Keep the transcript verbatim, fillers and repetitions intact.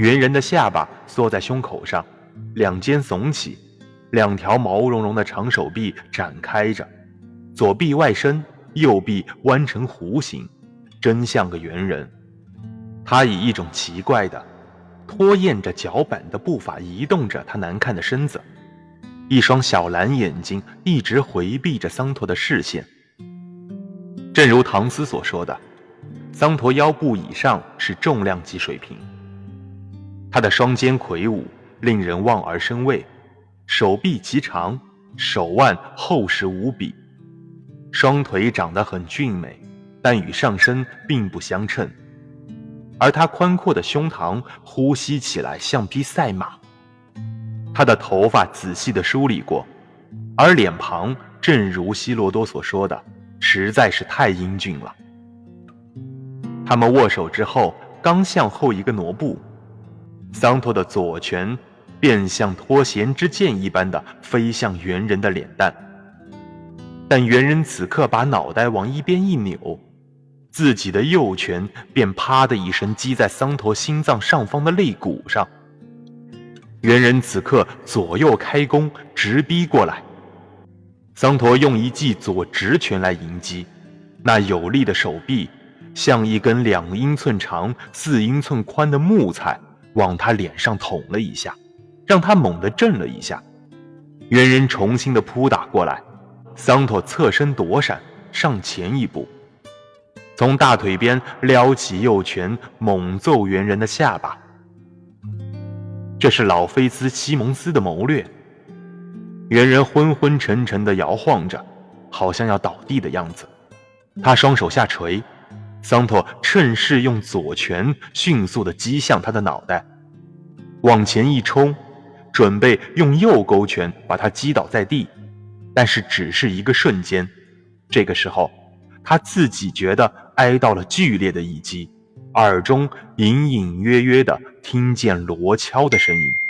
猿人的下巴缩在胸口上，两肩耸起，两条毛茸茸的长手臂展开着，左臂外伸，右臂弯成弧形，真像个猿人。他以一种奇怪的拖延着脚板的步伐移动着他难看的身子，一双小蓝眼睛一直回避着桑陀的视线。正如唐斯所说的，桑陀腰部以上是重量级水平，他的双肩魁梧，令人望而生畏，手臂极长，手腕厚实无比，双腿长得很俊美，但与上身并不相称，而他宽阔的胸膛呼吸起来像匹赛马。他的头发仔细地梳理过，而脸庞正如希罗多所说的，实在是太英俊了。他们握手之后，刚向后一个挪步，桑托的左拳便像脱弦之箭一般的飞向猿人的脸蛋，但猿人此刻把脑袋往一边一扭，自己的右拳便啪的一声击在桑托心脏上方的肋骨上。猿人此刻左右开弓，直逼过来。桑陀用一记左直拳来迎击，那有力的手臂像一根两英寸长、四英寸宽的木材，往他脸上捅了一下，让他猛地震了一下。猿人重新的扑打过来，桑陀侧身躲闪，上前一步，从大腿边撩起右拳，猛揍猿人的下巴。这是老菲斯西蒙斯的谋略。猿人昏昏沉沉地摇晃着，好像要倒地的样子。他双手下垂，桑托趁势用左拳迅速地击向他的脑袋，往前一冲，准备用右勾拳把他击倒在地，但是只是一个瞬间。这个时候，他自己觉得挨到了剧烈的一击，耳中隐隐约约地听见锣敲的声音。